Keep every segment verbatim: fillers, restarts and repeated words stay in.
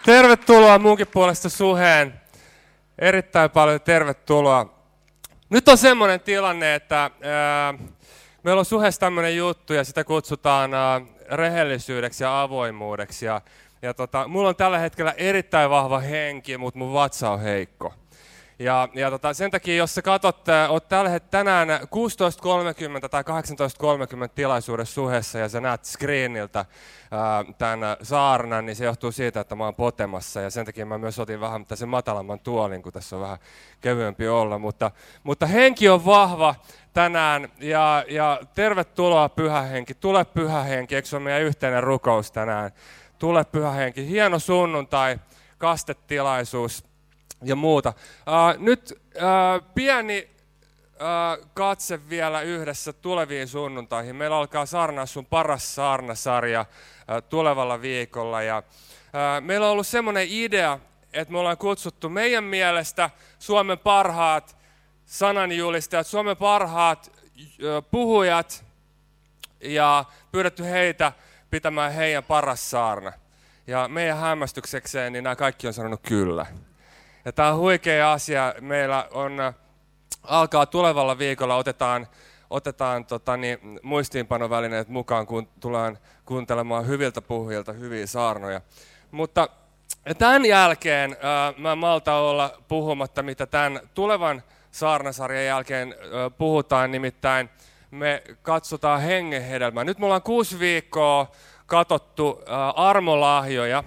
Tervetuloa munkin puolesta Suheen. Erittäin paljon tervetuloa. Nyt on semmoinen tilanne, että ää, meillä on Suheessa tämmöinen juttu ja sitä kutsutaan ää, rehellisyydeksi ja avoimuudeksi. Ja, ja tota, mulla on tällä hetkellä erittäin vahva henki, mutta mun vatsa on heikko. Ja, ja tota, sen takia, jos sä katsot, oot tällä hetkellä tänään kuusitoista kolmekymmentä tai kahdeksantoista kolmekymmentä tilaisuudessa Suheessa ja sä näet screeniltä ää, tämän saarnan, niin se johtuu siitä, että mä oon potemassa ja sen takia mä myös otin vähän sen matalamman tuolin, kun tässä on vähän kevyempi olla. Mutta, mutta henki on vahva tänään ja, ja tervetuloa Pyhä Henki, tule Pyhä Henki, eikö se ole meidän yhteinen rukous tänään? Tule Pyhä Henki, hieno sunnuntai, kastetilaisuus ja muuta. Uh, nyt uh, pieni uh, katse vielä yhdessä tuleviin sunnuntaihin. Meillä alkaa Saarnaa sun paras saarnasarja uh, tulevalla viikolla. Ja, uh, meillä on ollut semmoinen idea, että me ollaan kutsuttu meidän mielestä Suomen parhaat sananjulistajat, Suomen parhaat uh, puhujat ja pyydetty heitä pitämään heidän paras saarna. Ja meidän hämmästyksekseen niin nämä kaikki on sanonut kyllä. Ja tämä on huikea asia. Meillä on, alkaa tulevalla viikolla, otetaan, otetaan tota, niin, muistiinpanovälineet mukaan, kun tullaan kuuntelemaan hyviltä puhujilta hyviä saarnoja. Mutta tämän jälkeen ää, mä en malta olla puhumatta, mitä tämän tulevan saarnasarjan jälkeen ää, puhutaan, nimittäin me katsotaan hengen hedelmää. Nyt me ollaan kuusi viikkoa katsottu ää, armolahjoja.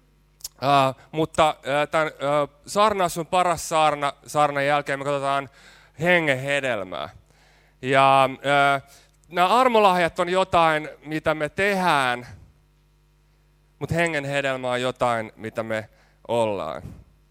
Uh, mutta uh, tämän uh, Saarnaa sun paras saarna, saarnan jälkeen me katsotaan hengen hedelmää. Ja uh, nämä armolahjat on jotain, mitä me tehdään, mutta hengen hedelmä on jotain, mitä me ollaan.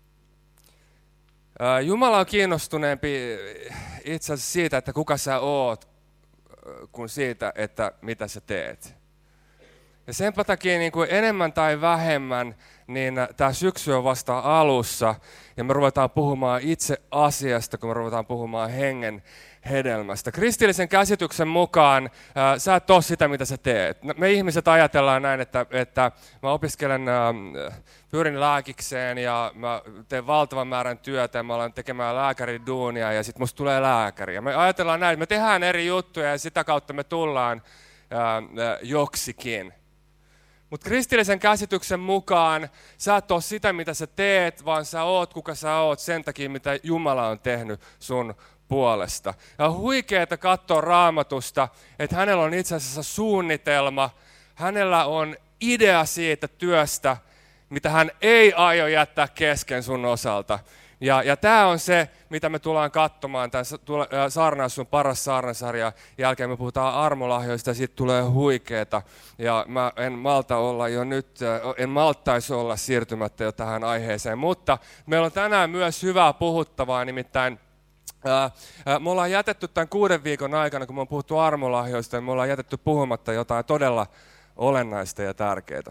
Uh, Jumala on kiinnostuneempi itse asiassa siitä, että kuka sä oot, kuin siitä, että mitä sä teet. Ja sen takia niin kuin enemmän tai vähemmän, niin tämä syksy on vasta alussa ja me ruvetaan puhumaan itse asiasta, kun me ruvetaan puhumaan hengen hedelmästä. Kristillisen käsityksen mukaan ää, sä et ole sitä, mitä sä teet. Me ihmiset ajatellaan näin, että, että mä opiskelen, ää, pyrin lääkikseen ja mä teen valtavan määrän työtä ja mä alan tekemään lääkärin duunia ja sitten musta tulee lääkäri. Ja me ajatellaan näin, että me tehdään eri juttuja ja sitä kautta me tullaan ää, ää, joksikin. Mutta kristillisen käsityksen mukaan sä et ole sitä, mitä sä teet, vaan sä oot, kuka sä oot sen takia, mitä Jumala on tehnyt sun puolesta. Ja on huikeeta katsoa Raamatusta, että hänellä on itse asiassa suunnitelma, hänellä on idea siitä työstä, mitä hän ei aio jättää kesken sun osalta. Ja, ja tämä on se, mitä me tullaan katsomaan tämän Saarnaa sun paras saarnasarjan jälkeen. Me puhutaan armolahjoista ja siitä tulee huikeeta. Ja mä en malta olla jo nyt, en maltaisi olla siirtymättä jo tähän aiheeseen. Mutta meillä on tänään myös hyvää puhuttavaa, nimittäin ää, ää, me ollaan jätetty tämän kuuden viikon aikana, kun me on puhuttu armolahjoista, niin me ollaan jätetty puhumatta jotain todella olennaista ja tärkeää.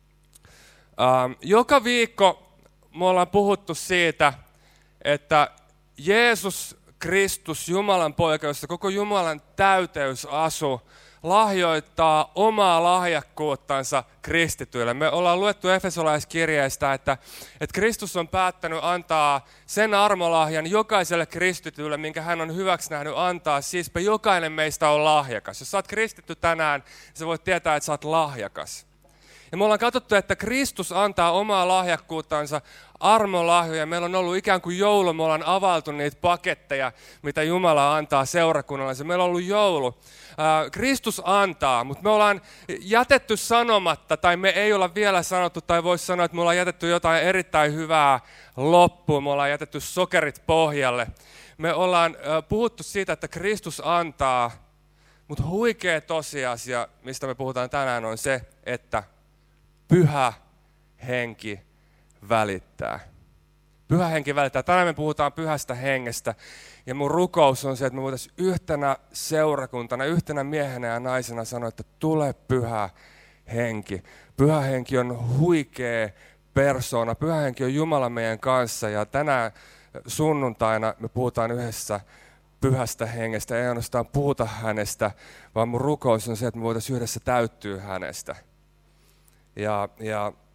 Ää, joka viikko me ollaan puhuttu siitä, että Jeesus Kristus, Jumalan poika, jossa koko Jumalan täyteys asuu, lahjoittaa omaa lahjakkuuttansa kristityille. Me ollaan luettu Efesolaiskirjeestä, että, että Kristus on päättänyt antaa sen armolahjan jokaiselle kristitylle, minkä hän on hyväksi nähnyt antaa. Siispä jokainen meistä on lahjakas. Jos sä oot kristitty tänään, sä voit tietää, että sä oot lahjakas. Ja me ollaan katsottu, että Kristus antaa omaa lahjakkuuttansa armolahjoja. Meillä on ollut ikään kuin joulu, me ollaan availtu niitä paketteja, mitä Jumala antaa seurakunnalle. Meillä on ollut joulu. Kristus antaa, mutta me ollaan jätetty sanomatta, tai me ei olla vielä sanottu, tai voisi sanoa, että me ollaan jätetty jotain erittäin hyvää loppuun. Me ollaan jätetty sokerit pohjalle. Me ollaan puhuttu siitä, että Kristus antaa, mutta huikea tosiasia, mistä me puhutaan tänään, on se, että Pyhä Henki välittää. Pyhä Henki välittää. Tänään me puhutaan Pyhästä Hengestä. Ja mun rukous on se, että me voitaisiin yhtenä seurakuntana, yhtenä miehenä ja naisena sanoa, että tule Pyhä Henki. Pyhä Henki on huikea persoona. Pyhä Henki on Jumala meidän kanssa. Ja tänään sunnuntaina me puhutaan yhdessä Pyhästä Hengestä. Ei ainoastaan puhuta hänestä, vaan mun rukous on se, että me voitaisiin yhdessä täyttyä hänestä. Ja, ja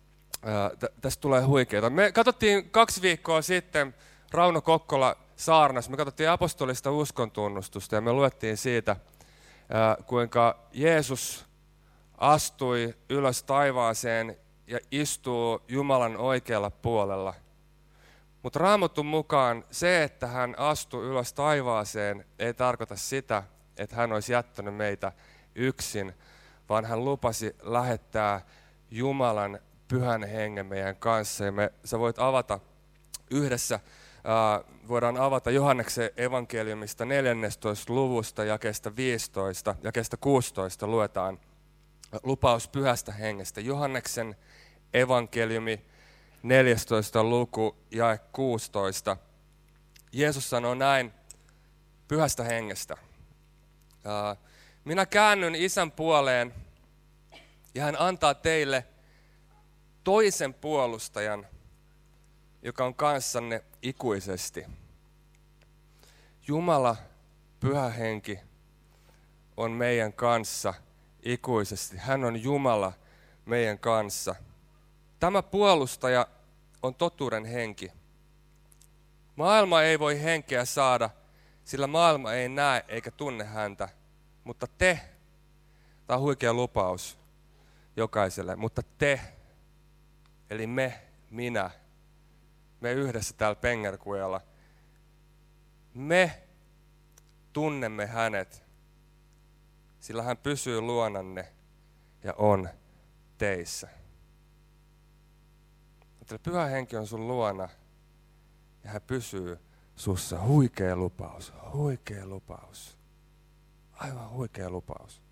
Tästä tulee huikeaa. Me katsottiin kaksi viikkoa sitten Rauno Kokkola saarnassa, me katsottiin apostolista uskontunnustusta ja me luettiin siitä, kuinka Jeesus astui ylös taivaaseen ja istuu Jumalan oikealla puolella. Mutta Raamatun mukaan se, että hän astui ylös taivaaseen, ei tarkoita sitä, että hän olisi jättänyt meitä yksin, vaan hän lupasi lähettää Jumalan pyhän hengen meidän kanssa. Ja me, sä voit avata yhdessä, ää, voidaan avata Johanneksen evankeliumista neljännestätoista luvusta, jakeesta viisitoista, jakeesta kuusitoista luetaan lupaus pyhästä hengestä. Johanneksen evankeliumi, neljästoista luku, jae kuusitoista. Jeesus sanoo näin pyhästä hengestä. Ää, Minä käännyn Isän puoleen ja hän antaa teille toisen puolustajan, joka on kanssanne ikuisesti. Jumala, Pyhä Henki, on meidän kanssa ikuisesti. Hän on Jumala meidän kanssa. Tämä puolustaja on totuuden henki. Maailma ei voi henkeä saada, sillä maailma ei näe eikä tunne häntä. Mutta te, tämä on huikea lupaus jokaiselle, mutta te, eli me, minä, me yhdessä täällä Pengerkujalla, me tunnemme hänet, sillä hän pysyy luonanne ja on teissä. Mutta Pyhä Henki on sun luona ja hän pysyy sussa. Huikea lupaus, huikea lupaus. Aivan huikea lupaus.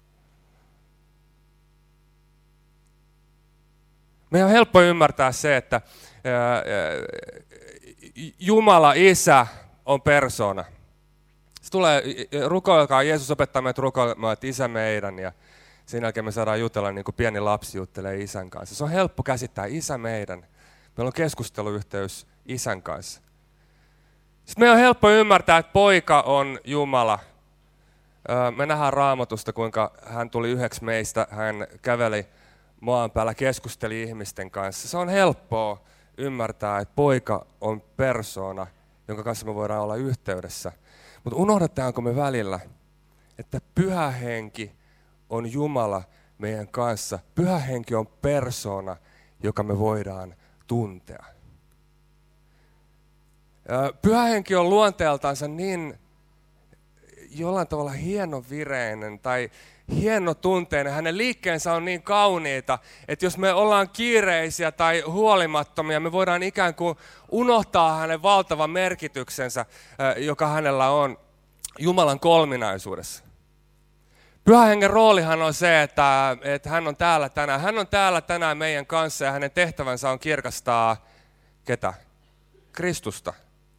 Meidän on helppo ymmärtää se, että Jumala Isä on persoona. Se tulee, rukoilkaa, Jeesus opettaa meitä rukoilemaan, että Isä meidän, ja sen jälkeen me saadaan jutella niin kuin pieni lapsi juttelee Isän kanssa. Se on helppo käsittää, Isä meidän. Meillä on keskusteluyhteys Isän kanssa. Sitten meidän on helppo ymmärtää, että poika on Jumala. Me nähdään Raamatusta, kuinka hän tuli yhdeksi meistä, hän käveli maan päällä, keskusteli ihmisten kanssa. Se on helppoa ymmärtää, että poika on persoona, jonka kanssa me voidaan olla yhteydessä. Mutta unohdetaanko me välillä, että Pyhä Henki on Jumala meidän kanssa. Pyhä Henki on persoona, joka me voidaan tuntea. Pyhä Henki on luonteeltansa niin jollain tavalla hienovireinen tai hienotunteinen. Hänen liikkeensä on niin kauniita, että jos me ollaan kiireisiä tai huolimattomia, me voidaan ikään kuin unohtaa hänen valtavan merkityksensä, joka hänellä on Jumalan kolminaisuudessa. Pyhän Hengen roolihan on se, että, että hän on täällä tänään. Hän on täällä tänään meidän kanssa ja hänen tehtävänsä on kirkastaa ketä? Kristusta.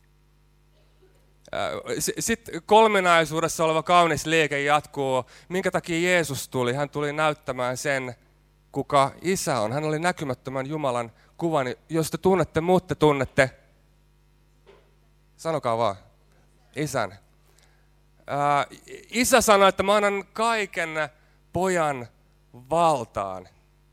Sitten kolminaisuudessa oleva kaunis liike jatkuu. Minkä takia Jeesus tuli? Hän tuli näyttämään sen, kuka Isä on. Hän oli näkymättömän Jumalan kuva. Jos te tunnette, muut te tunnette. Sanokaa vaan. Isän. Ää, isä sanoi, että mä annan kaiken pojan valtaan.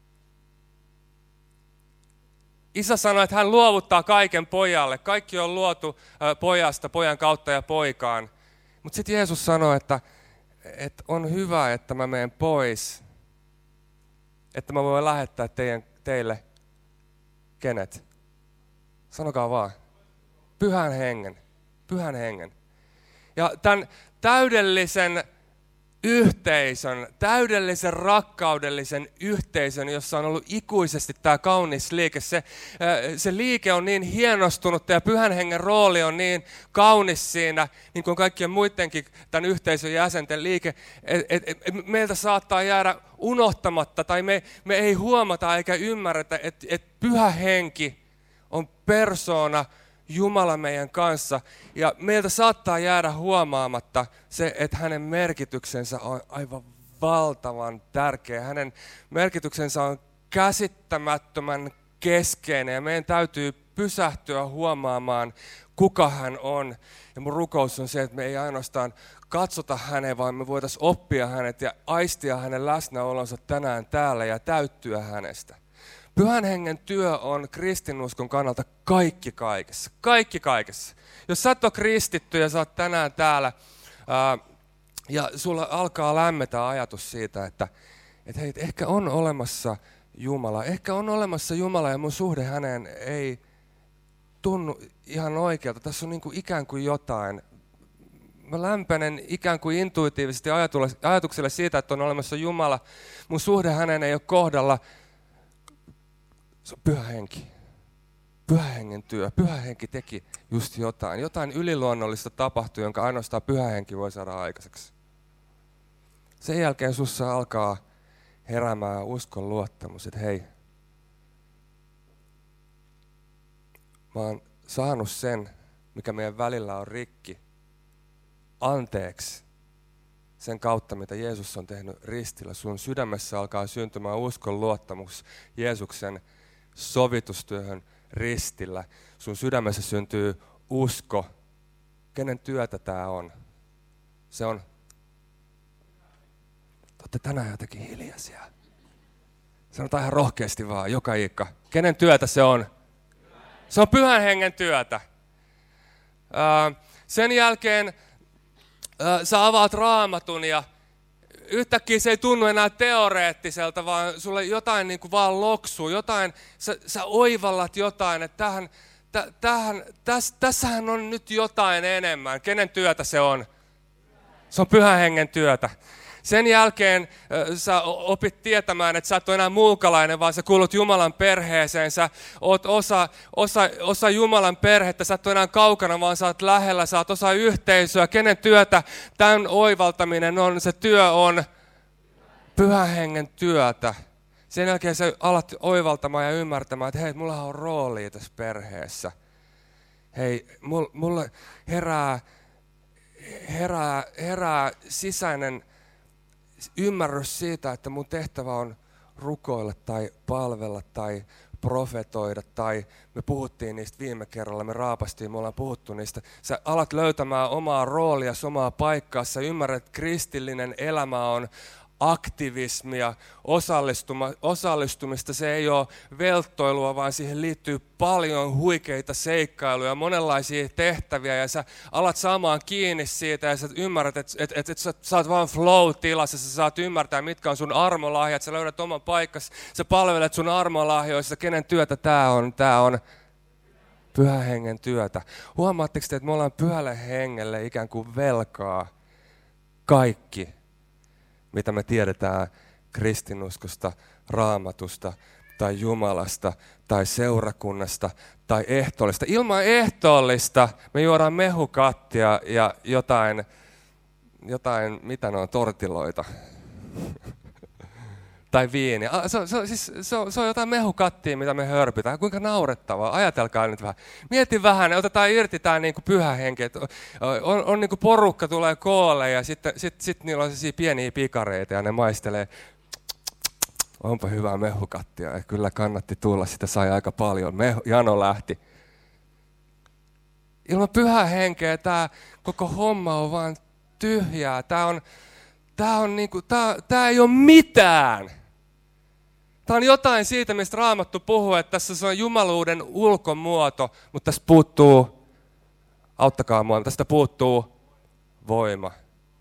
Isä sanoi, että hän luovuttaa kaiken pojalle. Kaikki on luotu pojasta, pojan kautta ja poikaan. Mutta sitten Jeesus sanoi, että, että on hyvä, että mä menen pois. Että mä voin lähettää teidän, teille kenet? Sanokaa vaan. Pyhän hengen. Pyhän hengen. Ja tämän täydellisen yhteisön, täydellisen rakkaudellisen yhteisön, jossa on ollut ikuisesti tämä kaunis liike. Se, se liike on niin hienostunut ja Pyhän Hengen rooli on niin kaunis siinä, niin kuin kaikkien muidenkin tämän yhteisön jäsenten liike, että et, et meiltä saattaa jäädä unohtamatta tai me, me ei huomata eikä ymmärretä, että et Pyhä Henki on persoona, Jumala meidän kanssa, ja meiltä saattaa jäädä huomaamatta se, että hänen merkityksensä on aivan valtavan tärkeä. Hänen merkityksensä on käsittämättömän keskeinen, ja meidän täytyy pysähtyä huomaamaan, kuka hän on. Ja mun rukous on se, että me ei ainoastaan katsota häneen, vaan me voitaisiin oppia hänet ja aistia hänen läsnäolonsa tänään täällä ja täyttyä hänestä. Pyhän hengen työ on kristinuskon kannalta kaikki kaikessa. Kaikki kaikessa. Jos sä et ole kristitty ja sä oot tänään täällä ää, ja sulla alkaa lämmetä ajatus siitä, että et hei, ehkä on olemassa Jumala. Ehkä on olemassa Jumala ja mun suhde häneen ei tunnu ihan oikealta. Tässä on niin kuin ikään kuin jotain. Mä lämpenen ikään kuin intuitiivisesti ajatukselle siitä, että on olemassa Jumala. Mun suhde häneen ei ole kohdalla. Se on pyhä henki. Pyhä hengen työ. Pyhä henki teki just jotain. Jotain yliluonnollista tapahtui, jonka ainoastaan pyhä henki voi saada aikaiseksi. Sen jälkeen sussa alkaa heräämään uskon luottamus, että hei, mä oon saanut sen, mikä meidän välillä on rikki, anteeksi sen kautta, mitä Jeesus on tehnyt ristillä. Sun sydämessä alkaa syntymään uskon luottamus Jeesuksen sovitustyöhön ristillä. Sun sydämessä syntyy usko. Kenen työtä tää on? Se on... Te olette tänään jotenkin hiljaisia. Sanotaan ihan rohkeasti vaan, joka ikka. Kenen työtä se on? Se on pyhän hengen työtä. Sen jälkeen sä avaat Raamatun ja yhtäkkiä se ei tunnu enää teoreettiselta, vaan sulle jotain niin kuin vaan loksuu, jotain, sä, sä oivallat jotain, että tähän, tä, tähän, täs, tässähän on nyt jotain enemmän. Kenen työtä se on? Se on pyhän hengen työtä. Sen jälkeen äh, sä opit tietämään, että sä et ole enää muukalainen, vaan sä kuulut Jumalan perheeseen. Sä oot osa, osa, osa Jumalan perhettä, sä et ole enää kaukana, vaan sä oot lähellä, sä oot osa yhteisöä. Kenen työtä tämän oivaltaminen on? Se työ on pyhän hengen työtä. Sen jälkeen sä alat oivaltamaan ja ymmärtämään, että hei, mulla on rooli tässä perheessä. Hei, mulle herää, herää, herää sisäinen ymmärrys siitä, että mun tehtävä on rukoilla tai palvella tai profetoida tai me puhuttiin niistä viime kerralla, me raapastiin, me ollaan puhuttu niistä. Sä alat löytämään omaa roolia, omaa paikkaa, sä ymmärrät, että kristillinen elämä on aktivismia, osallistumista. Se ei ole velttoilua, vaan siihen liittyy paljon huikeita seikkailuja, monenlaisia tehtäviä ja sä alat saamaan kiinni siitä ja sä ymmärrät, että et, et, et sä, sä oot vaan flow-tilassa, sä saat ymmärtää, mitkä on sun armolahjat, sä löydät oman paikkas, sä palvelet sun armolahjoissa, kenen työtä tää on, tää on pyhän hengen työtä. Huomaatteko te, että me ollaan pyhälle hengelle ikään kuin velkaa kaikki, mitä me tiedetään kristinuskosta, Raamatusta tai Jumalasta tai seurakunnasta tai ehtoollista. Ilman ehtoollista me juodaan mehukattia ja jotain, jotain mitä ne on, tortiloita tai viiniä. Se, se, siis, se, on, se on jotain mehukattia, mitä me hörpitään. Kuinka naurettavaa. Ajatelkaa nyt vähän. Mieti vähän, otetaan irti tämä niinku pyhä henki. On, on niinku porukka tulee koolle ja sitten sit, sit niillä on sellaisia pieniä pikareita ja ne maistelee. Onpa hyvää mehukattia. Ja kyllä kannatti tulla, sitä sai aika paljon. Mehu, jano lähti. Ilman pyhää henkeä tämä koko homma on vaan tyhjää. Tämä on, tää on niinku, tää, tää ei ole mitään. Tämä on jotain siitä, mistä Raamattu puhuu, että tässä on jumaluuden ulkomuoto, mutta tässä puuttuu, auttakaa mua, tästä puuttuu voima.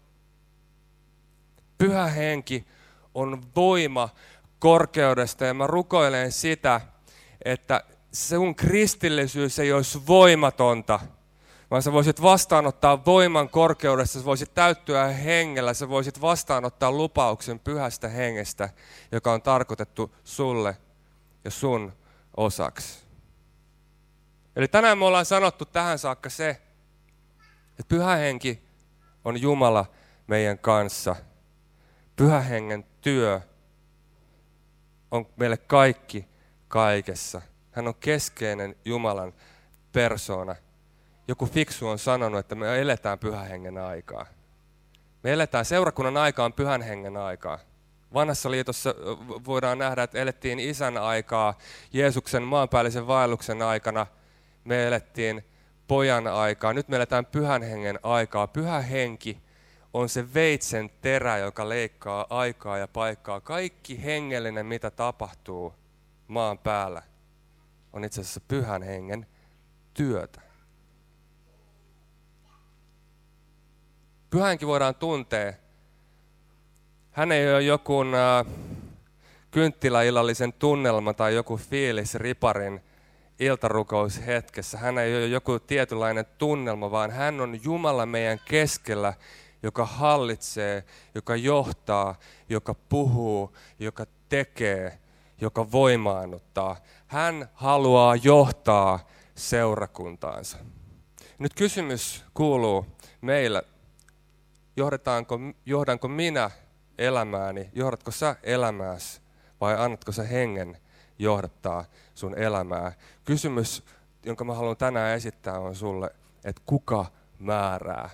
Pyhä henki on voima korkeudesta ja mä rukoilen sitä, että sun kristillisyys ei olisi voimatonta, vaan sä voisit vastaanottaa voiman korkeudesta, sä voisit täyttyä hengellä, sä voisit vastaanottaa lupauksen pyhästä hengestä, joka on tarkoitettu sulle ja sun osaksi. Eli tänään me ollaan sanottu tähän saakka se, että pyhä henki on Jumala meidän kanssa. Pyhä hengen työ on meille kaikki kaikessa. Hän on keskeinen Jumalan persoona. Joku fiksu on sanonut, että me eletään pyhän hengen aikaa. Me eletään, seurakunnan aika on pyhän hengen aikaa. Vanhassa liitossa voidaan nähdä, että elettiin isän aikaa, Jeesuksen maanpäällisen vaelluksen aikana. Me elettiin pojan aikaa, nyt me eletään pyhän hengen aikaa. Pyhä henki on se veitsen terä, joka leikkaa aikaa ja paikkaa. Kaikki hengellinen, mitä tapahtuu, maan päällä on itse asiassa Pyhän Hengen työtä. Pyhä Henki voidaan tuntea. Hän ei ole joku äh, kynttiläillallisen tunnelma tai joku fiilis riparin iltarukous hetkessä. Hän ei ole joku tietynlainen tunnelma, vaan hän on Jumala meidän keskellä, joka hallitsee, joka johtaa, joka puhuu, joka tekee, joka voimaannuttaa. Hän haluaa johtaa seurakuntaansa. Nyt kysymys kuuluu meille, johdataanko, johdanko minä elämääni, johdatko sä elämääsi vai annatko sä Hengen johdattaa sun elämää? Kysymys, jonka mä haluan tänään esittää on sulle, että kuka määrää?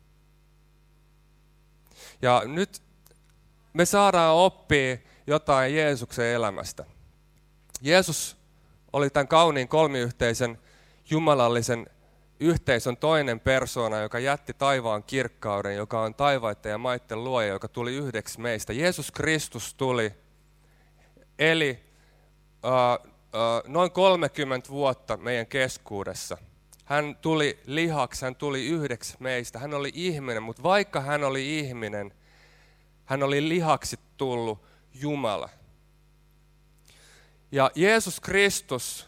Ja nyt me saadaan oppia jotain Jeesuksen elämästä. Jeesus oli tämän kauniin kolmiyhteisen jumalallisen yhteisön toinen persoona, joka jätti taivaan kirkkauden, joka on taivaiden ja maitten luoja, joka tuli yhdeksi meistä. Jeesus Kristus tuli, eli uh, uh, noin kolmekymmentä vuotta meidän keskuudessa. Hän tuli lihaksi, hän tuli yhdeksi meistä. Hän oli ihminen, mutta vaikka hän oli ihminen, hän oli lihaksi tullut Jumala. Ja Jeesus Kristus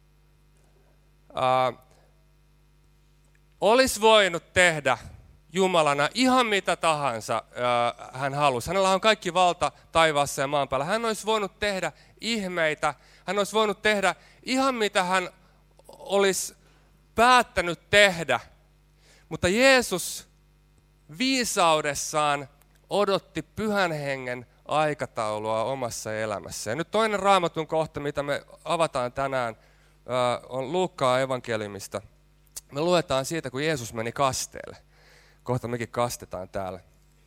uh, olisi voinut tehdä Jumalana ihan mitä tahansa uh, hän halusi. Hänellä on kaikki valta taivaassa ja maan päällä. Hän olisi voinut tehdä ihmeitä. Hän olisi voinut tehdä ihan mitä hän olisi päättänyt tehdä. Mutta Jeesus viisaudessaan odotti Pyhän Hengen aikataulua omassa elämässä. Ja nyt toinen Raamatun kohta, mitä me avataan tänään, on Luukkaan evankeliumista. Me luetaan siitä, kun Jeesus meni kasteelle. Kohta mekin kastetaan täällä.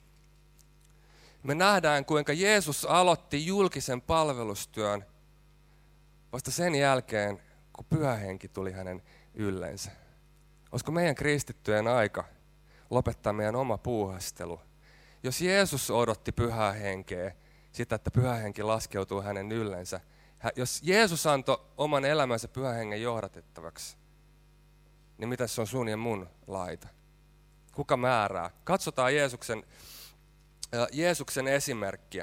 Me nähdään, kuinka Jeesus aloitti julkisen palvelustyön vasta sen jälkeen, kun Pyhä Henki tuli hänen yllensä. Olisiko meidän kristittyjen aika lopettaa meidän oma puuhastelu? Jos Jeesus odotti Pyhää Henkeä, sitä, että Pyhä Henki laskeutuu hänen yllensä, jos Jeesus antoi oman elämänsä Pyhän Hengen johdatettavaksi, niin mitä se on sun ja mun laita? Kuka määrää? Katsotaan Jeesuksen, äh, Jeesuksen esimerkkiä.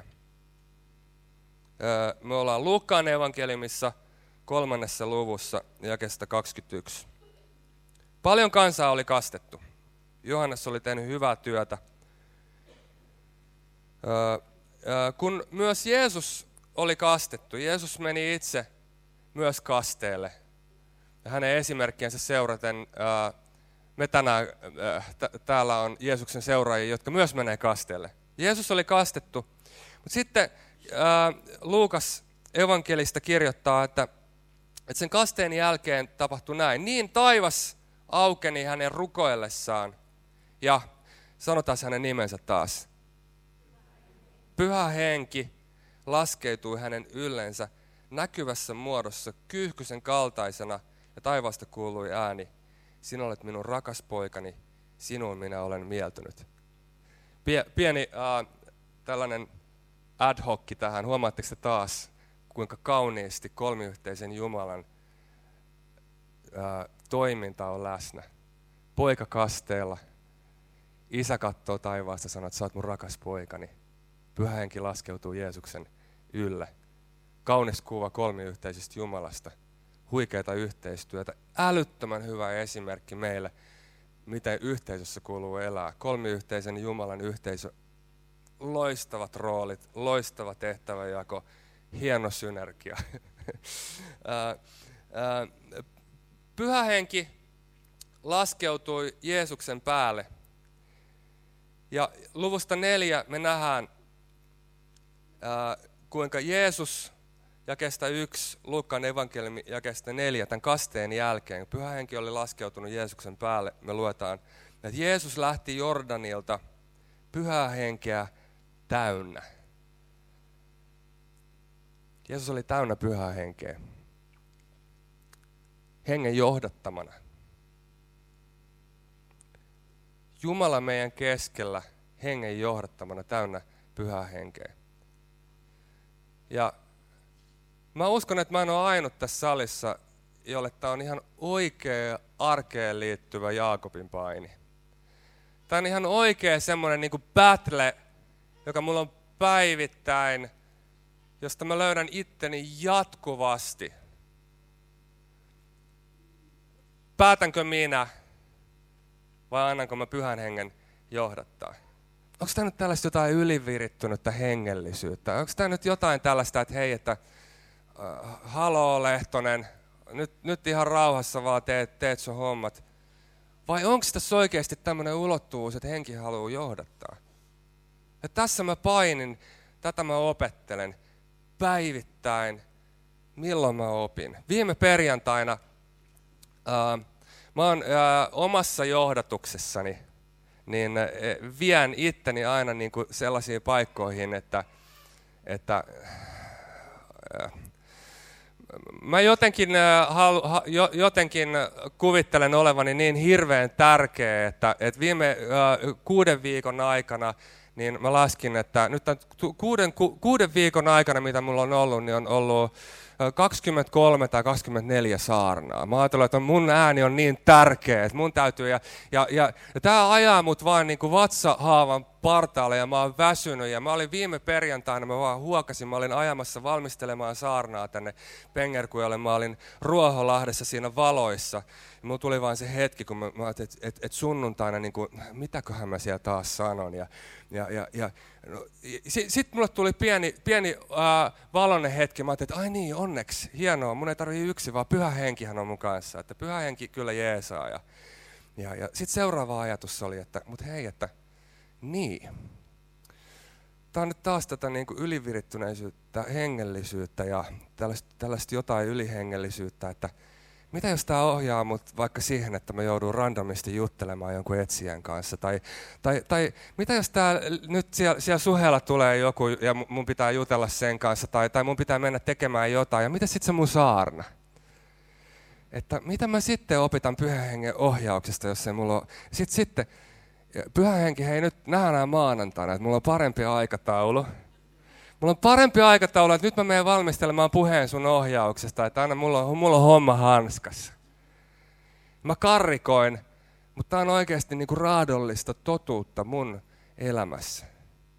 Äh, me ollaan Luukkaan evankeliumissa kolmannessa luvussa jakeesta kaksikymmentäyksi. Paljon kansaa oli kastettu. Johannes oli tehnyt hyvää työtä. Äh, äh, kun myös Jeesus oli kastettu, Jeesus meni itse myös kasteelle. Ja hänen esimerkkiensä seuraten ää, me tänään, ää, t- täällä on Jeesuksen seuraajia, jotka myös menee kasteelle. Jeesus oli kastettu, mutta sitten ää, Luukas evankelista kirjoittaa, että, että sen kasteen jälkeen tapahtui näin. Niin taivas aukeni hänen rukoillessaan ja sanotaan hänen nimensä taas. Pyhä Henki laskeutui hänen yllensä näkyvässä muodossa kyyhkysen kaltaisena. Ja taivaasta kuului ääni, sinä olet minun rakas poikani, sinuun minä olen mieltynyt. Pieni äh, tällainen ad hoc tähän. Huomaatteko te taas, kuinka kauniisti kolmiyhteisen Jumalan äh, toiminta on läsnä? Poika kasteella, isä katsoo taivaasta ja sanoo, että sä oot mun rakas poikani. Pyhä Henki laskeutuu Jeesuksen ylle. Kaunis kuva kolmiyhteisestä Jumalasta. Huikeata yhteistyötä, älyttömän hyvä esimerkki meille, miten yhteisössä kuuluu elää. Kolmiyhteisen Jumalan yhteisö, loistavat roolit, loistava tehtäväjako, hieno synergia. Pyhä Henki laskeutui Jeesuksen päälle. Ja luvusta neljä me nähdään, kuinka Jeesus jakeesta yksi, Luukkaan evankeliumi jakeesta neljä, tämän kasteen jälkeen, Pyhä Henki oli laskeutunut Jeesuksen päälle, me luetaan, että Jeesus lähti Jordanilta Pyhää Henkeä täynnä. Jeesus oli täynnä Pyhää Henkeä. Hengen johdattamana. Jumala meidän keskellä, Hengen johdattamana, täynnä Pyhää Henkeä. Ja Mä uskon, että mä en ole ainut tässä salissa, jolle tämä on ihan oikea arkeen liittyvä Jaakobin paini. Tämä on ihan oikea semmoinen niin kuin battle, joka mulla on päivittäin, josta mä löydän itteni jatkuvasti. Päätänkö minä vai annanko mä Pyhän Hengen johdattaa? Onko tämä nyt tällaista jotain ylivirittynyttä hengellisyyttä? Onko tämä nyt jotain tällaista, että hei, että äh, haloo Lehtonen, nyt, nyt ihan rauhassa vaan teet, teet sun hommat. Vai onko tässä oikeasti tämmöinen ulottuvuus, että henki haluaa johdattaa? Ja tässä mä painin, tätä mä opettelen päivittäin, milloin mä opin. Viime perjantaina ää, mä oon ää, omassa johdatuksessani, niin ää, vien itteni aina niin kuin sellaisiin paikkoihin, että, että ää, mä jotenkin, halu, jo, jotenkin kuvittelen olevani niin hirveän tärkeä, että, että viime ää, kuuden viikon aikana niin mä laskin, että nyt tämän kuuden, ku, kuuden viikon aikana, mitä mulla on ollut, niin on ollut kaksikymmentäkolme tai kaksikymmentäneljä saarnaa. Mä ajattelin, että mun ääni on niin tärkeä, että mun täytyy, ja, ja, ja, ja tää ajaa mut vaan niin kuin vatsahaavan partaalle, ja mä oon väsynyt, ja mä olin viime perjantaina, mä vaan huokasin, mä olin ajamassa valmistelemaan saarnaa tänne Pengerkujalle, mä olin Ruoholahdessa siinä valoissa, ja mulla tuli vaan se hetki, kun mä, mä ajattelin, että et, et sunnuntaina, niin kuin, mitäköhän mä siellä taas sanon, ja, ja, ja, ja no, sitten sit mulle tuli pieni, pieni äh, valoinen hetki, mä ajattelin, että ai niin, onneksi, hienoa, mun ei tarvitse yksi, vaan Pyhä Henkihän on mun kanssa, että Pyhä Henki kyllä jeesaa, ja, ja, ja sitten seuraava ajatus oli, että mut hei, että niin. Tämä on nyt taas tätä niin kuin ylivirittyneisyyttä, hengellisyyttä ja tällaista, tällaista jotain ylihengellisyyttä, että mitä jos tämä ohjaa mut vaikka siihen, että mä joudun randomisti juttelemaan jonkun etsijän kanssa, tai, tai, tai mitä jos tää, nyt siellä, siellä Suhella tulee joku ja mun pitää jutella sen kanssa, tai, tai mun pitää mennä tekemään jotain, ja mitä sitten se mun saarna? Että mitä mä sitten opitan Pyhän Hengen ohjauksesta, jos ei mulla ole. Sitten, sitten Pyhä Henki, hei nyt nähdään maanantaina, että mulla on parempi aikataulu. Mulla on parempi aikataulu, että nyt mä menen valmistelemaan puheen sun ohjauksesta, että aina mulla on, mulla on homma hanskassa. Mä karrikoin, mutta tää on oikeasti niinku raadollista totuutta mun elämässä.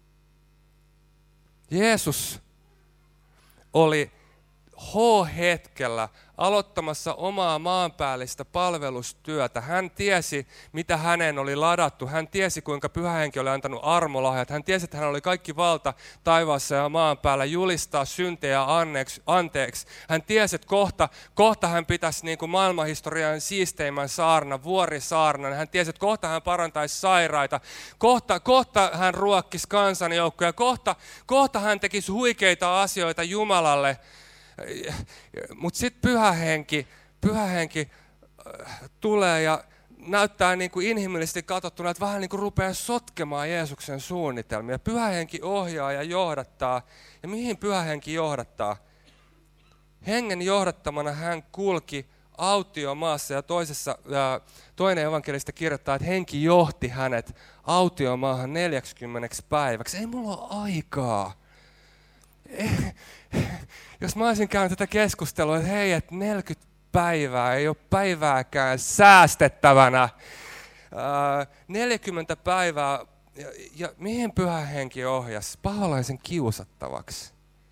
Jeesus oli H-hetkellä aloittamassa omaa maanpäällistä palvelustyötä. Hän tiesi, mitä hänen oli ladattu. Hän tiesi, kuinka Pyhä Henki oli antanut armolahjat. Hän tiesi, että hän oli kaikki valta taivaassa ja maan päällä julistaa syntejä anteeksi. Hän tiesi, että kohta, kohta hän pitäisi niin kuin maailmanhistorian siisteimmän saarnan, vuorisaarnan. Hän tiesi, että kohta hän parantaisi sairaita. Kohta, kohta hän ruokkisi kansanjoukkoja. Kohta, kohta hän tekisi huikeita asioita Jumalalle. Mutta sitten Pyhä Henki, Pyhä Henki äh, tulee ja näyttää niin kuin inhimillisesti katsottuna, että vähän niin kuin rupeaa sotkemaan Jeesuksen suunnitelmia. Pyhä Henki ohjaa ja johdattaa. Ja mihin Pyhä Henki johdattaa? Hengen johdattamana hän kulki autiomaassa, ja toisessa, ää, toinen evankelista kirjoittaa, että henki johti hänet autiomaahan neljäksikymmeneksi päiväksi. Ei mulla ole aikaa. Eh, jos mä olisin käynyt tätä keskustelua, että hei, että neljäkymmentä päivää, ei ole päivääkään säästettävänä. Ää, neljäkymmentä päivää, ja, ja mihin Pyhä Henki ohjasi? Paholaisen kiusattavaksi.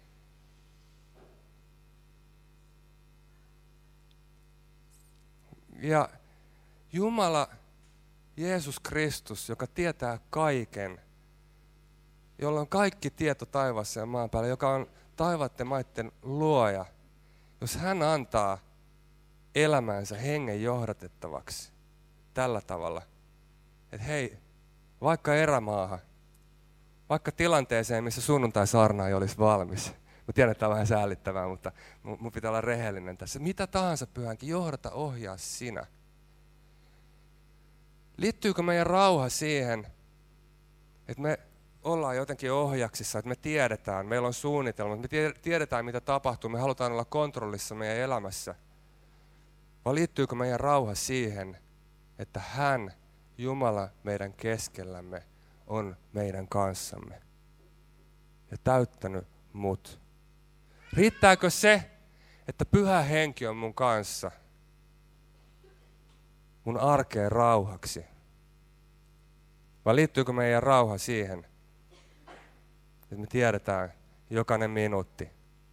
Ja Jumala, Jeesus Kristus, joka tietää kaiken, jolla on kaikki tieto taivaassa ja maan päällä, joka on taivaiden maiden luoja, jos hän antaa elämänsä hengen johdatettavaksi tällä tavalla, että hei, vaikka erämaahan, vaikka tilanteeseen, missä sunnuntai-saarna ei olisi valmis, mä tiedän, että tämä on vähän säällittävää, mutta mun pitää olla rehellinen tässä. Mitä tahansa Pyhänkin, johdata, ohjaa sinä. Liittyykö meidän rauha siihen, että me ollaan jotenkin ohjaksissa, että me tiedetään, meillä on suunnitelmat, me tiedetään mitä tapahtuu, me halutaan olla kontrollissa meidän elämässä. Vai liittyykö meidän rauha siihen, että hän, Jumala meidän keskellämme, on meidän kanssamme ja täyttänyt mut. Riittääkö se, että Pyhä Henki on mun kanssa, mun arkeen rauhaksi? Vai liittyykö meidän rauha siihen, että me tiedetään jokainen minuutti?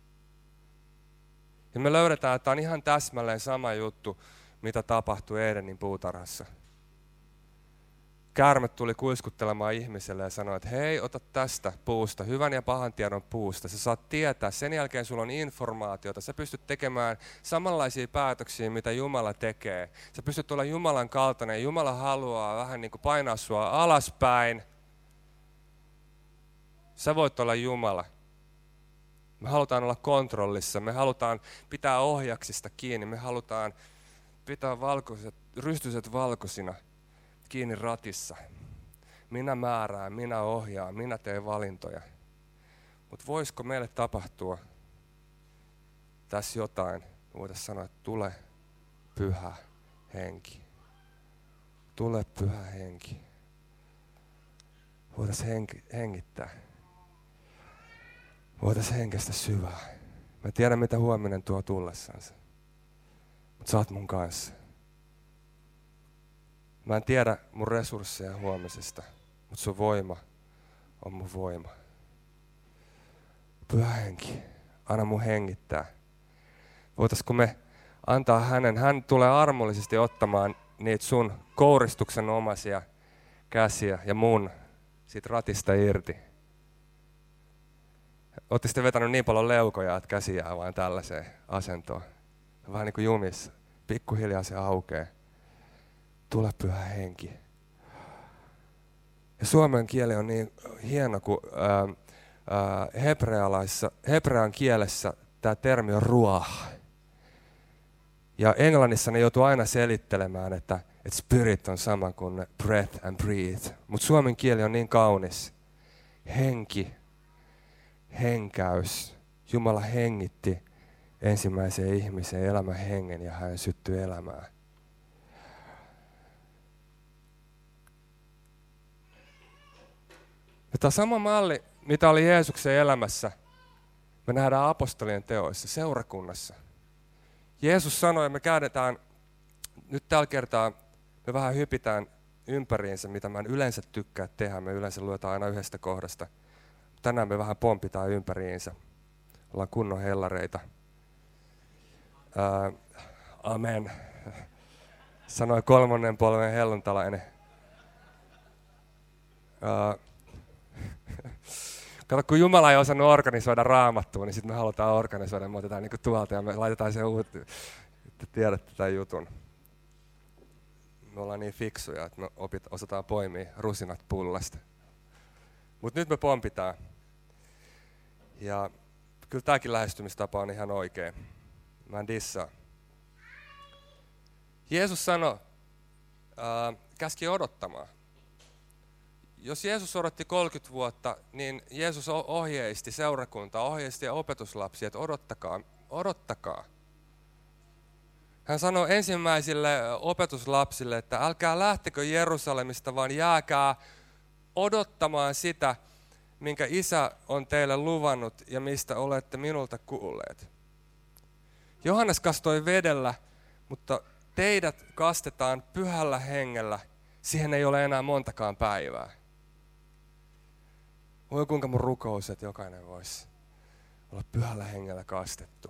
Ja me löydetään, että tämä on ihan täsmälleen sama juttu, mitä tapahtui Edenin puutarhassa. Käärme tuli kuiskuttelemaan ihmiselle ja sanoi, että hei, ota tästä puusta, hyvän ja pahan tiedon puusta. Sä saat tietää, sen jälkeen sulla on informaatiota. Sä pystyt tekemään samanlaisia päätöksiä, mitä Jumala tekee. Sä pystyt olla Jumalan kaltainen. Jumala haluaa vähän niin kuin painaa sua alaspäin. Sä voit olla Jumala. Me halutaan olla kontrollissa. Me halutaan pitää ohjaksista kiinni. Me halutaan pitää valkoiset, rystyset valkoisina kiinni ratissa. Minä määrään, minä ohjaan, minä teen valintoja. Mutta voisiko meille tapahtua tässä jotain? Voitaisiin sanoa, että tule Pyhä Henki. Tule Pyhä Henki. Voitaisiin henki, hengittää. Voitaisiin henkestä syvää. Mä tiedän, mitä huominen tuo tullessansa. Mutta sä oot mun kanssa. Mä en tiedä mun resursseja huomisesta, mutta sun voima on mun voima. Pyhä Henki, anna mun hengittää. Voitaisko me antaa hänen, hän tulee armollisesti ottamaan niitä sun kouristuksen omaisia käsiä ja mun siitä ratista irti. Ootte sitten vetänyt niin paljon leukoja, että käsi jää vaan tällaiseen asentoon. Vähän niin kuin jumissa, pikkuhiljaa se aukeaa. Tule Pyhä Henki. Ja suomen kieli on niin hieno, kun ää, ää, hebrealaissa, hebrean kielessä tämä termi on ruah. Ja englannissa ne joutuu aina selittelemään, että, että spirit on sama kuin breath and breathe. Mutta suomen kieli on niin kaunis. Henki, henkäys. Jumala hengitti ensimmäiseen ihmiseen elämän hengen ja hän syttyi elämään. Ja tämä sama malli, mitä oli Jeesuksen elämässä, me nähdään apostolien teoissa, seurakunnassa. Jeesus sanoi, me käännetään, nyt tällä kertaa me vähän hypitään ympäriinsä, mitä mä en yleensä tykkää tehdä. Me yleensä luetaan aina yhdestä kohdasta. Tänään me vähän pompitaan ympäriinsä. Ollaan kunnon hellareita. Ää, amen. Sanoi kolmannen polven helluntalainen. Ää, Kato, kun Jumala ei osannut organisoida Raamattua, niin sitten me halutaan organisoida. Me otetaan niinku tuolta ja me laitetaan se uuteen, että tiedätte tämän jutun. Me ollaan niin fiksuja, että me opit, osataan poimia rusinat pullasta. Mutta nyt me pompitaan. Ja kyllä tämäkin lähestymistapa on ihan oikein. Mä en dissaa. Jeesus sanoi, äh, käski odottamaan. Jos Jeesus odotti kolmekymmentä vuotta, niin Jeesus ohjeisti seurakuntaa, ohjeisti opetuslapsia, että odottakaa, odottakaa. Hän sanoi ensimmäisille opetuslapsille, että älkää lähtekö Jerusalemista, vaan jääkää odottamaan sitä, minkä Isä on teille luvannut ja mistä olette minulta kuulleet. Johannes kastoi vedellä, mutta teidät kastetaan Pyhällä Hengellä. Siihen ei ole enää montakaan päivää. Voi kuinka mun rukous, että jokainen voisi olla Pyhällä Hengellä kastettu.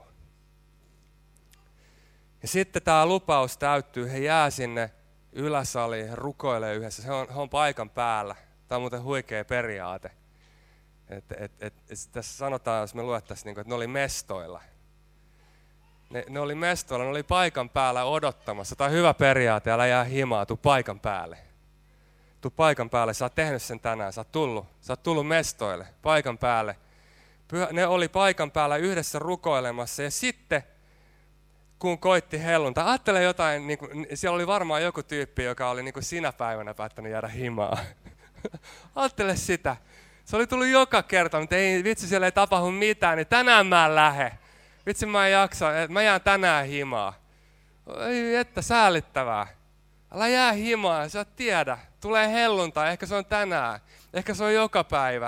Ja sitten tämä lupaus täyttyy, he jää sinne yläsaliin, he rukoilee yhdessä, he on, he on paikan päällä. Tämä on muuten huikea periaate. Et, et, et, et, tässä sanotaan, jos me luettaisiin, että ne oli mestoilla. Ne, ne oli mestoilla, ne oli paikan päällä odottamassa. Tämä on hyvä periaate, älä jää himaa, tuu paikan päälle. Tuu paikan päälle, sä oot tehnyt sen tänään, sä oot tullut, sä oot tullut mestoille, paikan päälle. Pyhä, ne oli paikan päällä yhdessä rukoilemassa ja sitten kun koitti hellunta, ajattele jotain, niin kuin, siellä oli varmaan joku tyyppi, joka oli niin kuin sinä päivänä päättänyt jäädä himaa. Ajattele sitä. Se oli tullut joka kerta, mutta ei vitsi, siellä ei tapahdu mitään, niin tänään mä en lähde. Vitsi, mä en jaksa, mä jään tänään himaa. Ei, että säälittävää. Älä jää himaa, sä et tiedä. Tulee hellunta, ehkä se on tänään, ehkä se on joka päivä.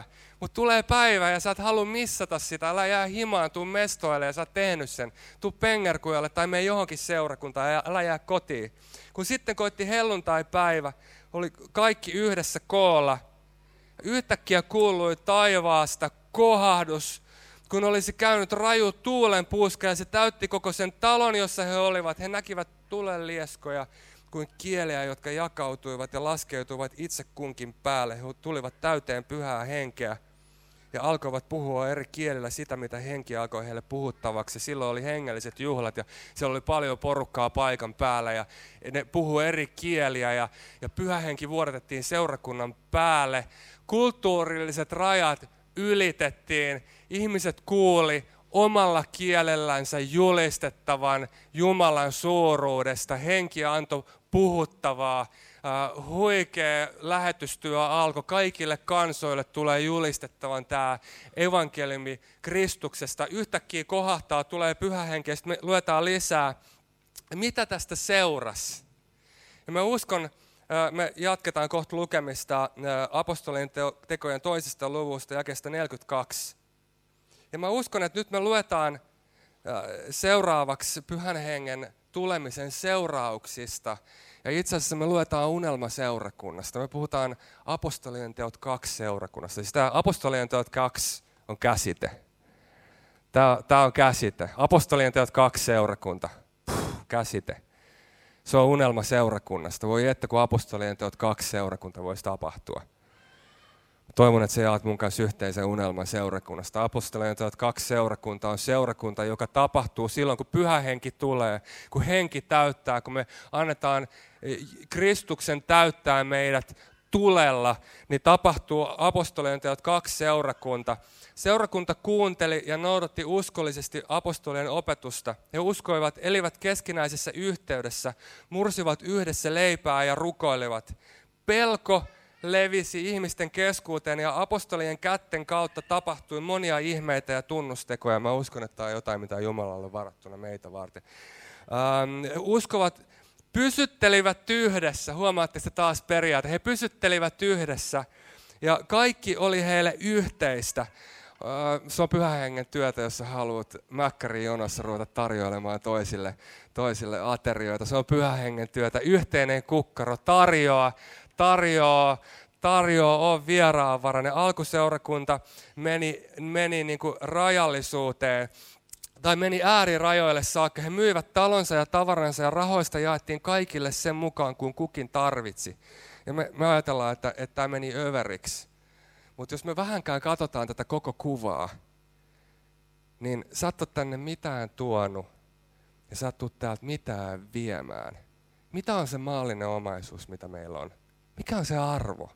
Mutta tulee päivä ja sä et halua missata sitä, älä jää himaan, tuu mestoille ja sä oot tehnyt sen. Tuu pengerkujalle tai mene johonkin seurakuntaan ja älä jää kotiin. Kun sitten koitti helluntai-päivä, oli kaikki yhdessä koolla. Yhtäkkiä kuului taivaasta kohahdus, kun olisi käynyt raju tuulenpuuska ja se täytti koko sen talon, jossa he olivat. He näkivät tulenlieskoja kuin kieliä, jotka jakautuivat ja laskeutuivat itse kunkin päälle. He tulivat täyteen pyhää henkeä ja alkoivat puhua eri kielillä sitä, mitä henki alkoi heille puhuttavaksi. Silloin oli hengelliset juhlat ja siellä oli paljon porukkaa paikan päällä ja ne puhui eri kieliä ja, ja pyhä henki vuodatettiin seurakunnan päälle. Kulttuurilliset rajat ylitettiin, ihmiset kuuli omalla kielellänsä julistettavan Jumalan suuruudesta. Henki antoi puhuttavaa. Uh, huikea lähetystyö alkoi. Kaikille kansoille tulee julistettavan tämä evankeliumi Kristuksesta. Yhtäkkiä kohahtaa, tulee pyhä henki ja sitten me luetaan lisää. Mitä tästä seurasi? Ja mä uskon, me jatketaan kohta lukemista apostolien tekojen toisesta luvusta jakeesta neljäkymmentäkaksi. Ja mä uskon, että nyt me luetaan seuraavaksi pyhän hengen tulemisen seurauksista. Ja itse asiassa me luetaan unelmaseurakunnasta. Me puhutaan apostolien teot kaksi seurakunnasta. Siis tämä apostolien teot kaksi on käsite. Tämä, tämä on käsite. Apostolien teot kaksi seurakunta. Puh, käsite. Se on unelma seurakunnasta. Voi että kun apostolien teot kaksi seurakunta voisi tapahtua. Toivon, että sä jaat mun kanssa yhteisen unelman seurakunnasta. Apostolien teot kaksi seurakunta on seurakunta, joka tapahtuu silloin, kun pyhä henki tulee, kun henki täyttää, kun me annetaan Kristuksen täyttää meidät tulella, niin tapahtuu apostolien teot kaksi seurakunta. Seurakunta kuunteli ja noudatti uskollisesti apostolien opetusta. He uskoivat, elivät keskinäisessä yhteydessä, mursivat yhdessä leipää ja rukoilivat. Pelko levisi ihmisten keskuuteen ja apostolien kätten kautta tapahtui monia ihmeitä ja tunnustekoja. Mä uskon, että tämä on jotain, mitä Jumalalle on varattuna meitä varten. Ähm, uskovat pysyttelivät yhdessä, huomaatte se taas periaate, he pysyttelivät yhdessä ja kaikki oli heille yhteistä. Se on pyhän hengen työtä, jos sä haluat mäkkärin jonossa ruveta tarjoilemaan toisille, toisille aterioita. Se on pyhän hengen työtä, yhteinen kukkaro, tarjoaa, tarjoaa, tarjoaa, on vieraanvarainen. Alkuseurakunta meni, meni niin kuin rajallisuuteen. Tai meni äärirajoille saakka. He myivät talonsa ja tavaransa ja rahoista jaettiin kaikille sen mukaan, kun kukin tarvitsi. Ja me, me ajatellaan, että, että tämä meni överiksi. Mutta jos me vähänkään katsotaan tätä koko kuvaa, niin sä et ole tänne mitään tuonut ja sä et tule täältä mitään viemään. Mitä on se maallinen omaisuus, mitä meillä on? Mikä on se arvo?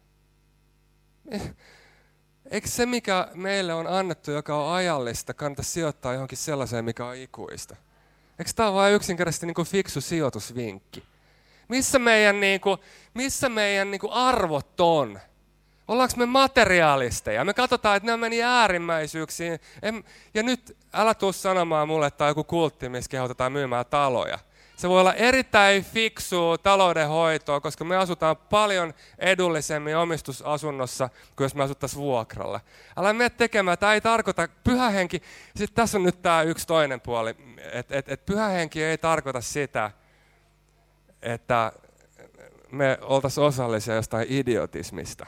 Eikö se, mikä meille on annettu, joka on ajallista, kannata sijoittaa johonkin sellaiseen, mikä on ikuista? Eikö tämä ole vain yksinkertaisesti niin kuin fiksu sijoitusvinkki? Missä meidän, niin kuin, missä meidän niin kuin arvot on? Ollaanko me materiaalisteja? Me katsotaan, että nämä meni äärimmäisyyksiin. En, ja nyt älä tuu sanomaan mulle, että on joku kultti, missä kehotetaan myymään taloja. Se voi olla erittäin fiksua taloudenhoitoa, koska me asutaan paljon edullisemmin omistusasunnossa kuin jos me asuttaisiin vuokralla. Älä mene tekemään, tämä ei tarkoita, pyhä henki, sitten tässä on nyt tämä yksi toinen puoli, että et, et pyhä henki ei tarkoita sitä, että me oltaisiin osallisia jostain idiotismista.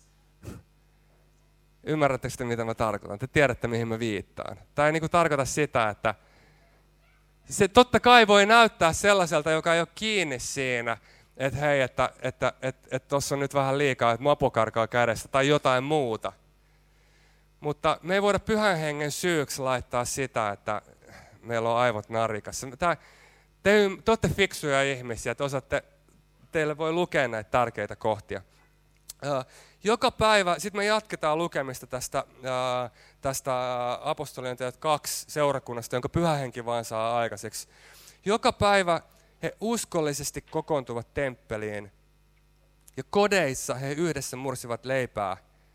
Ymmärrättekö te, mitä mä tarkoitan? Te tiedätte, mihin mä viittaan. Tämä ei niin kuin tarkoita sitä, että se totta kai voi näyttää sellaiselta, joka ei ole kiinni siinä, että hei, että että, että, että tuossa on nyt vähän liikaa, että mopo karkaa kädestä tai jotain muuta. Mutta me ei voida pyhän hengen syyksi laittaa sitä, että meillä on aivot narikassa. Tämä, te, te olette fiksuja ihmisiä, että osaatte, teille voi lukea näitä tärkeitä kohtia. Joka päivä, sitten me jatketaan lukemista tästä, tästä apostolien teot kaksi seurakunnasta, jonka pyhä henki vaan saa aikaiseksi. Joka päivä he uskollisesti kokoontuvat temppeliin ja kodeissa he yhdessä mursivat leipää.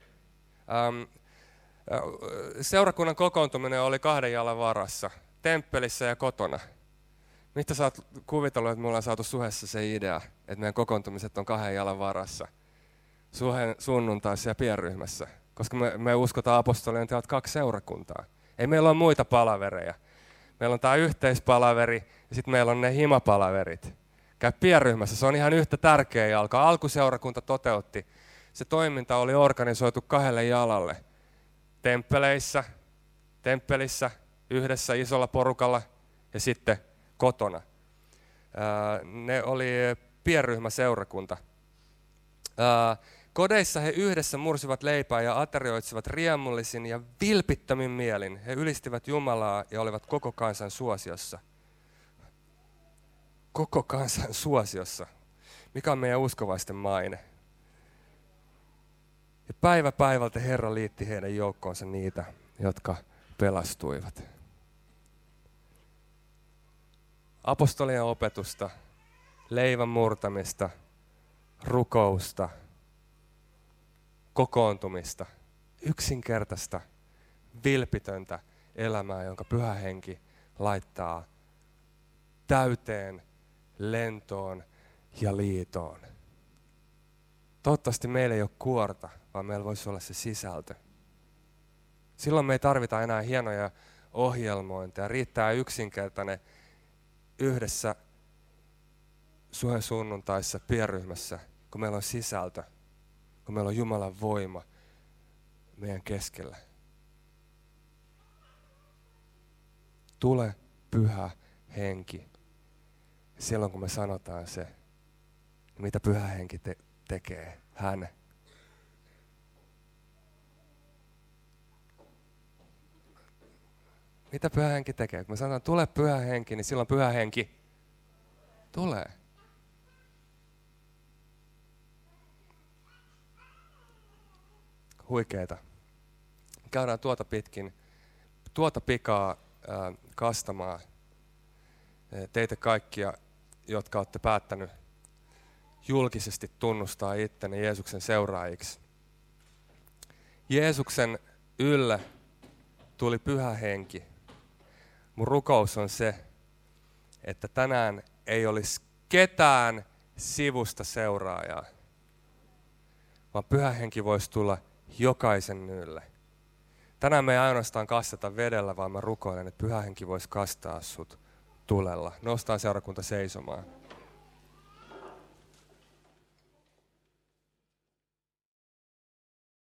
Seurakunnan kokoontuminen oli kahden jalan varassa, temppelissä ja kotona. Mistä sä oot kuvitellut, että mulla on saatu Suhessa se idea, että meidän kokoontumiset on kahden jalan varassa? Suhen sunnuntaissa ja pienryhmässä. koska me, me uskotaan apostolien teot kaksi seurakuntaa. Ei meillä ole muita palavereja. Meillä on tämä yhteispalaveri ja sitten meillä on ne himapalaverit. Käy pienryhmässä, se on ihan yhtä tärkeä jalka. Alkuseurakunta toteutti. Se toiminta oli organisoitu kahdelle jalalle. Temppeleissä, temppelissä, yhdessä isolla porukalla ja sitten kotona. Ne oli pienryhmäseurakunta. Kodeissa he yhdessä mursivat leipää ja aterioitsivat riemullisin ja vilpittömin mielin. He ylistivät Jumalaa ja olivat koko kansan suosiossa. Koko kansan suosiossa. Mikä on meidän uskovaisten maine? Ja päivä päivältä Herra liitti heidän joukkoonsa niitä, jotka pelastuivat. Apostolien opetusta, leivän murtamista, rukousta, kokoontumista, yksinkertaista, vilpitöntä elämää, jonka Pyhä Henki laittaa täyteen, lentoon ja liitoon. Toivottavasti meillä ei ole kuorta, vaan meillä voisi olla se sisältö. Silloin me ei tarvita enää hienoja ohjelmointeja, riittää yksinkertainen yhdessä sunnuntaissa pienryhmässä, kun meillä on sisältö, kun meillä on Jumalan voima meidän keskellä. Tule Pyhä Henki. Silloin kun me sanotaan se, mitä Pyhä Henki te- tekee, hän. Mitä Pyhä Henki tekee? Kun me sanotaan, tule Pyhä Henki, niin silloin Pyhä Henki tulee. Huikeeta. Käydään tuota pitkin, tuota pikaa ää, kastamaan teitä kaikkia, jotka olette päättänyt julkisesti tunnustaa ittenne Jeesuksen seuraajiksi. Jeesuksen ylle tuli Pyhä Henki. Mun rukous on se, että tänään ei olisi ketään sivusta seuraajaa, vaan Pyhä Henki voisi tulla jokaisen ylle. Tänään me ei ainoastaan kasteta vedellä, vaan mä rukoilen, että Pyhä Henki voisi kastaa sut tulella. Noustaan seurakunta seisomaan.